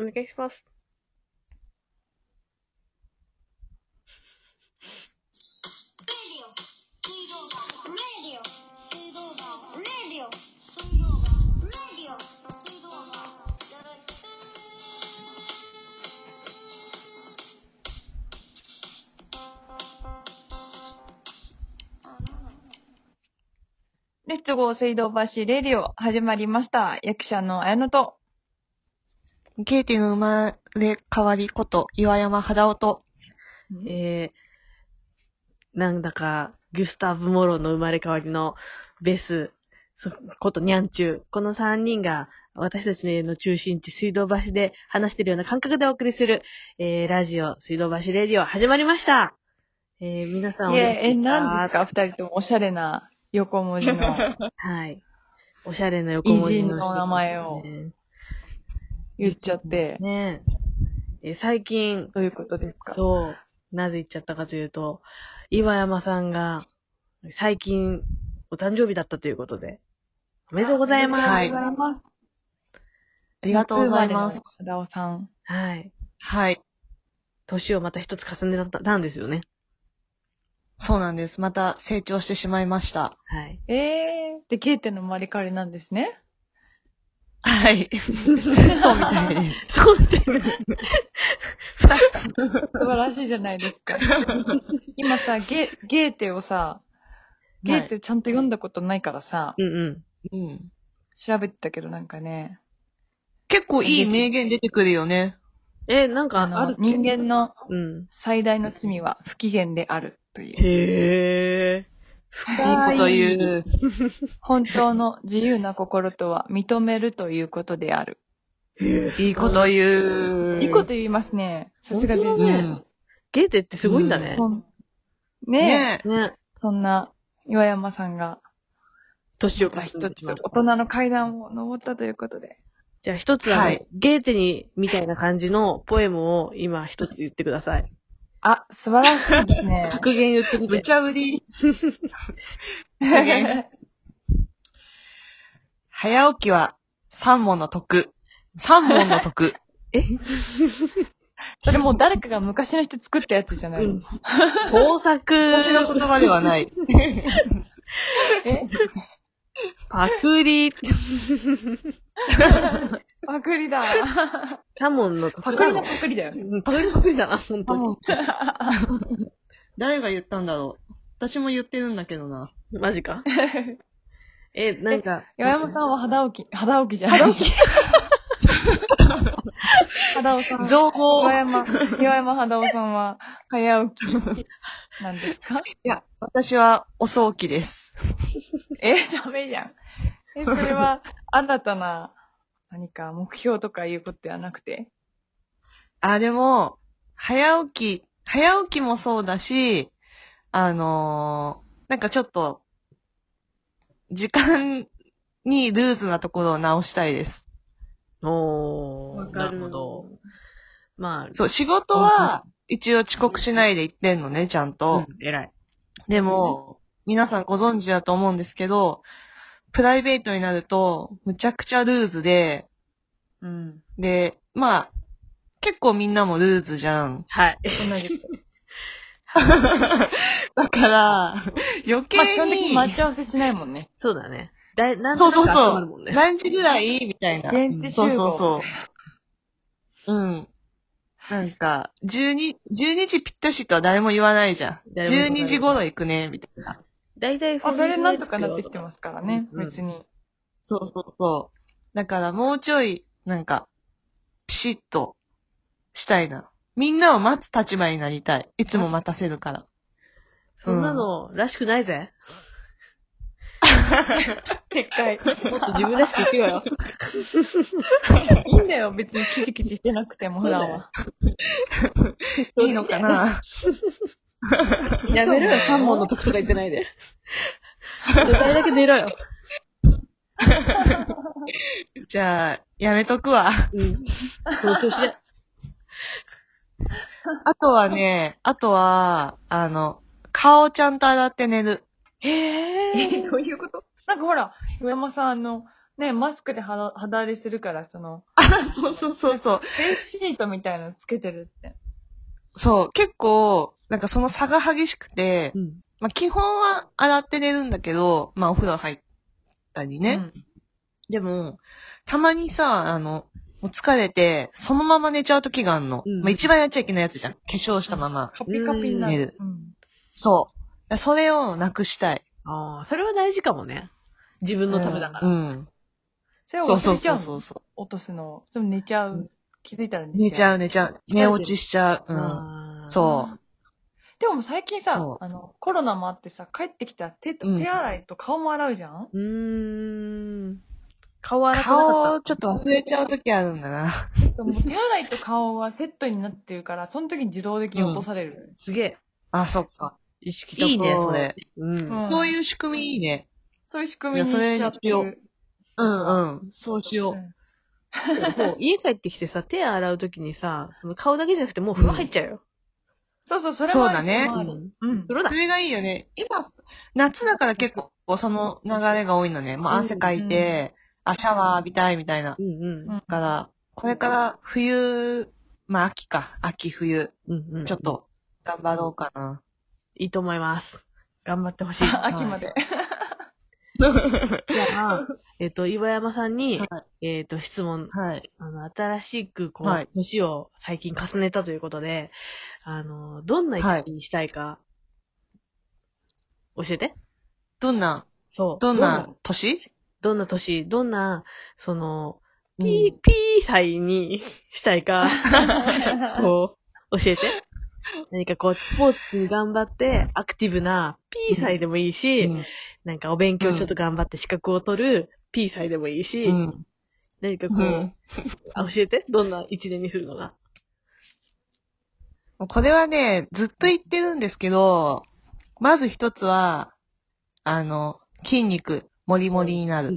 お願いします。 レッツゴー水道橋レディオ始まりました。役者の綾乃と、 ゲーテの生まれ変わりこと岩山肌音と、 なんだか、ギュスターブ・モロの生まれ変わりのベス、ことニャンチュー。この3人が私たちの家の中心地水道橋で話してるような感覚でお送りする、ラジオ水道橋レディオ始まりました。皆さんお元気ですか？ 何ですか二人ともおしゃれな横文字のはい。おしゃれな横文字の人、 偉人の名前を言っちゃって。 ね最近、 どういうことですか？ そう、なぜ言っちゃったかというと、岩山さんが最近お誕生日だったということで、おめでとうございます。 はい。 ありがとうございます。 ありがとうございます。 肌尾さん。 はい。 はい。 年をまた一つ重ねたんですよね。 そうなんです。また成長してしまいました。 はい。 で、ゲーテの生まれ変わりなんですね。 はい。そうみたいです。 そうみたいな。 素晴らしいじゃないですか。今さ、ゲーテをさ、ゲーテちゃんと読んだことないからさ、 うんうん。 うん。 調べてたけどなんかね、 結構いい名言出てくるよね。 なんかあるっけ？ 人間のうん。 最大の罪は不機嫌であるという。 へー。 いいこと言う。 本当の自由な心とは認めるということである。 いいこと言う。 いいこと言いますね。さすがです。 本当だね。ゲーテってすごいんだね。 ねえ。 ね。 そんな岩山さんが、 年を重また一つねてしまった。 大人の階段を登ったということで。 じゃあ一つはい。 ゲーテにみたいな感じのポエムを今一つ言ってください。 あ、素晴らしいですね。 格言言ってみて。 無茶ぶり。格言。早起きは三問の得。三問の得。 それもう誰かが昔の人作ったやつじゃないですか。 工作。 私の言葉ではない。 パクリ。 パクリだ。 サモンの得パクリのパクリだよね。 パクリのパクリだな、本当に。 誰が言ったんだろう。私も言ってるんだけどな。 マジか。なんか。 岩山さんは肌起きじゃない。肌尾さん。 情報。 岩山肌尾さんは早起きなんですか？ いや、私は遅起きです。 ダメじゃん。それは新たな何か目標とかいうことではなくて。 でも、早起きもそうだし、なんかちょっと、時間にルーズなところを直したいです。 なるほど。まあ。 そう、仕事は一応遅刻しないで行ってんのね、ちゃんと。 偉い。 でも、皆さんご存知だと思うんですけど、プライベートになると、むちゃくちゃルーズで、で、まあ、結構みんなもルーズじゃん。 はい。 同じく。 だから、余計に。 基本的に待ち合わせしないもんね。 そうだね。 そうそうそう。 何時ぐらいみたいな。 現地集合。 そう。うん。なんか、12時ぴったしとは誰も言わないじゃん。12時頃行くね、みたいな。 大体それなんとかなってきてますからね、別に。 そうそうそう。だからもうちょい、なんか、ピシッとしたいな。みんなを待つ立場になりたい。いつも待たせるから。 そんなのらしくないぜ。 撤回。 もっと自分らしく言ってよよ。 いいんだよ、別にキチキチしてなくても、普段は。 いいのかなやめろよ、3問の得とか言ってないで。絶対だけ寝ろよ。 じゃあ、やめとくわ。 その調子で。 あとは、顔ちゃんと洗って寝る。 どういうこと？なんかほら、上山さん、マスクで肌荒れするから、 そうそうそうそう。 フェイスシートみたいなのつけてるって。 そう、結構、なんかその差が激しくて、 うん。 まあ基本は洗って寝るんだけど、まあお風呂入ったりね。 うん。 でも、たまにさ、もう疲れて、そのまま寝ちゃう時があんの。 うんまあ一番やっちゃいけないやつじゃん。化粧したままカピカピになる。 寝る。 うん。 そう。それをなくしたい。 ああ、それは大事かもね。自分のためだから。 うん。 それはそうそう忘れちゃのそううそう。 落とすの。それ寝ちゃうんう。気づいたら寝寝ちゃうちゃう。 寝ちゃう。寝落ちしちゃう。うん。 ああ。 そう。 でも最近さそ、 コロナもあってさ、帰ってきたら手洗いと顔も洗うじゃん。 顔洗ってなかった。 顔、ちょっと忘れちゃう時あるんだな。 もう手洗いと顔はセットになってるから、その時に自動的に落とされる。 すげえ。 あ、そっか。 意識高いいね、それ。 うん。 そういう仕組みいいね。 そういう仕組みにしちゃってじゃあそれにる。 うんうん。そうしよう。 うんもう家帰ってきてさ、手洗うときにさ、その顔だけじゃなくてもう風呂入っちゃうよ。 そうそう、それもありそうだねそれもありうん。 風呂だそ。れがいいよね。今、夏だから結構その流れが多いのね。まあ汗かいて、シャワー浴びたいみたいな。 うんだから、これから冬、まあ秋か。秋冬。 うん。 ちょっと頑張ろうかな。 いいと思います。頑張ってほしい。 秋まで。 じゃあ、岩山さんに、 は質問。 はい。 新しくはい年を最近重ねたということで、どんな一日にしたいか、教えて。 どんなそう。 年どんな年、どんな、 うんピー祭にしたいか、そう、教えて。何かスポーツに頑張って、アクティブな P 祭でもいいし、なんかお勉強ちょっと頑張って資格を取る P 祭でもいいし、 うん。 何かうん教えて。どんな一年にするのが。 これはね、ずっと言ってるんですけど、まず一つは、筋肉、もりもりになる。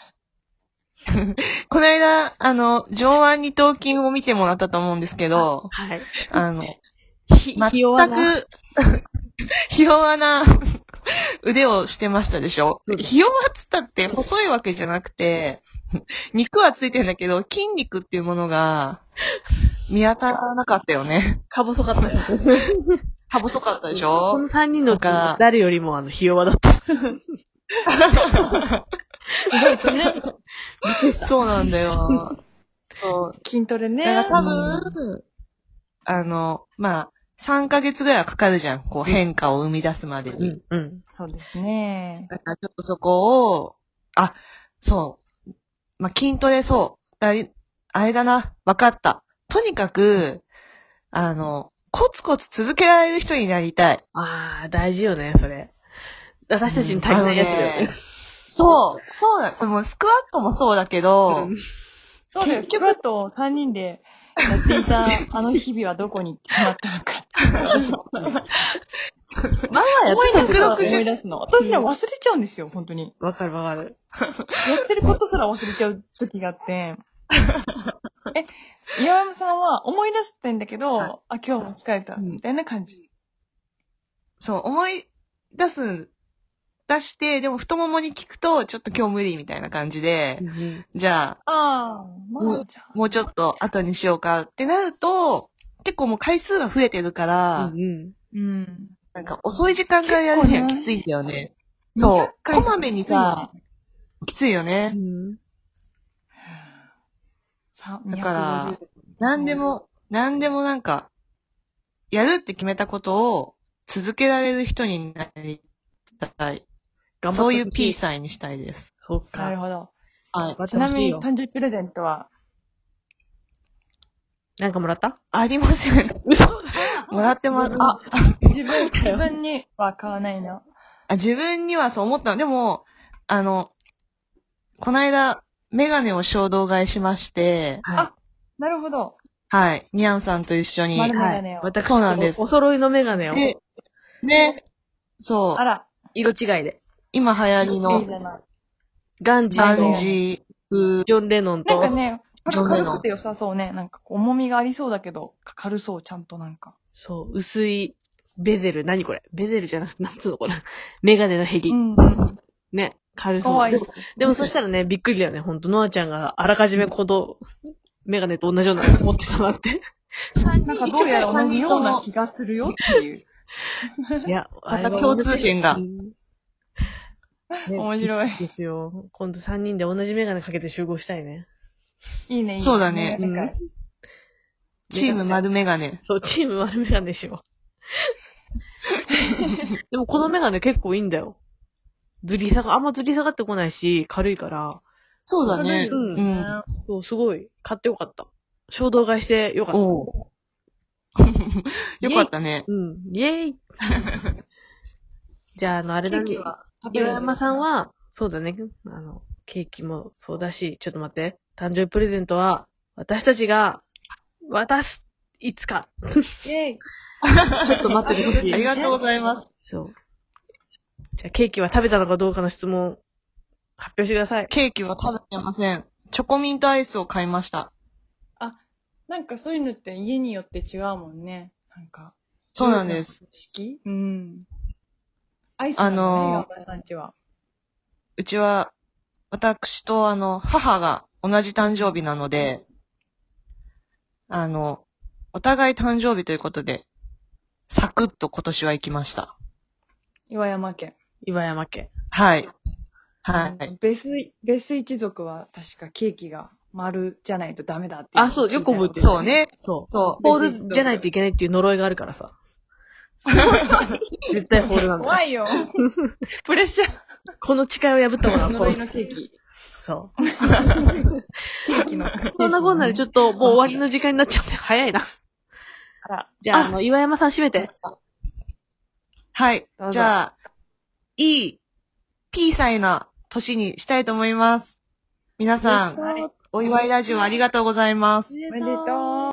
この間、上腕二頭筋を見てもらったと思うんですけど、 はい。 全弱な。 く、ひ弱な腕をしてましたでしょ。ひ弱っつったって細いわけじゃなくて、肉はついてんだけど、筋肉っていうものが見当たらなかったよね。 か細かったよ。 か細かったでしょ。 この3人のうちだから誰よりもひ弱だった。 意外とね。 びっくりした。 そうなんだよ。そう。 筋トレね。 だから多分、まあ、3ヶ月ぐらいはかかるじゃん。こう変化を生み出すまでに。 そうですね。 だからちょっとそこを、そう。まあ、筋トレそう。あれだな。わかった。とにかく、コツコツ続けられる人になりたい。 ああ、大事よね、それ。私たちに足りないやつだよね。 そうだ。これもスクワットもそうだけど、 そうだよ。スクワットを3人でやっていたあの日々はどこにしまったのか。 まあやってたけど思い出すの。私ら忘れちゃうんですよ、本当に。 わかる。 やってることすら忘れちゃう時があって。岩山さんは思い出してんだけど、今日も疲れた、みたいな感じ。 そう、思い出して、でも太ももに効くと、ちょっと今日無理みたいな感じで、じゃあ、もうちょっと後にしようかってなると、結構もう回数が増えてるから、なんか遅い時間からやるにはきついんだよね。そう、こまめにさ、きついよね。だから、なんでもなんか、やるって決めたことを続けられる人になりたい。そういう P 祭にしたいです。 そっか。 なるほど。 はい。 ちなみに誕生日プレゼントはなんかもらった？ ありません。 嘘もらってます。 自分には買わないの。 自分にはそう思ったの。でも、この間、メガネを衝動買いしまして、 なるほど。 はい。ニャンさんと一緒に。 丸メガネを。 私、 そうなんです。 お揃いのメガネを。 ね。そう。 あら。 色違いで。 今流行りの。 ガンジー、 ジョン・レノンと。 なんかね、軽くて良さそうね。なんか重みがありそうだけど、軽そう、ちゃんとなんか。 そう、薄いベゼル。何これ？ベゼルじゃなくて、なんつうのこれ。メガネのヘリ。ね、軽そう。でもそしたらね、びっくりだよね。ほんと、ノアちゃんがあらかじめメガネと同じようなの持ってたなって。 なんかどうやら同じような気がするよっていう。 いや、 また共通点が。 ね、面白い。 ですよ。今度3人で同じメガネかけて集合したいね。 いいね、いいね。 そうだね。チーム丸メガネ。 そう、チーム丸メガネしよう。でもこのメガネ結構いいんだよ。あんまずり下がってこないし、軽いから。 そうだね。 うん。そう、すごい、買ってよかった。衝動買いしてよかった。 よかったね。 うん。イェーイじゃあ、あれだね。岩山さんは、そうだね。ケーキもそうだし、ちょっと待って。誕生日プレゼントは、私たちが渡す。いつか。 イェイちょっと待っててほしい。 ありがとうございます。 そう。じゃあ、ケーキは食べたのかどうかの質問、発表してください。 ケーキは食べてません。チョコミントアイスを買いました。 なんかそういうのって家によって違うもんね。なんか。 そうなんです。 うん。アイスなんだね、岩村さんちは。 うちは、私と母が同じ誕生日なので、お互い誕生日ということで、サクッと今年は行きました。 岩山家。 はい。はい。 ベス一族は確かケーキが丸じゃないとダメだっていう。 あ、そう、よく覚えてる。 そうね。 そう。 そう。 ホールじゃないといけないっていう呪いがあるからさ。絶対ホールなんだ。 怖いよ。プレッシャー。 この誓いを破ったものは呪いのケーキ。 そう。ケーキの。そんなこんなでちょっともう終わりの時間になっちゃって早いな。じゃあ、岩山さん閉めて。 はい。じゃあ、いい、P 歳な年にしたいと思います。皆さん、お祝いラジオありがとうございます。 おめでとう。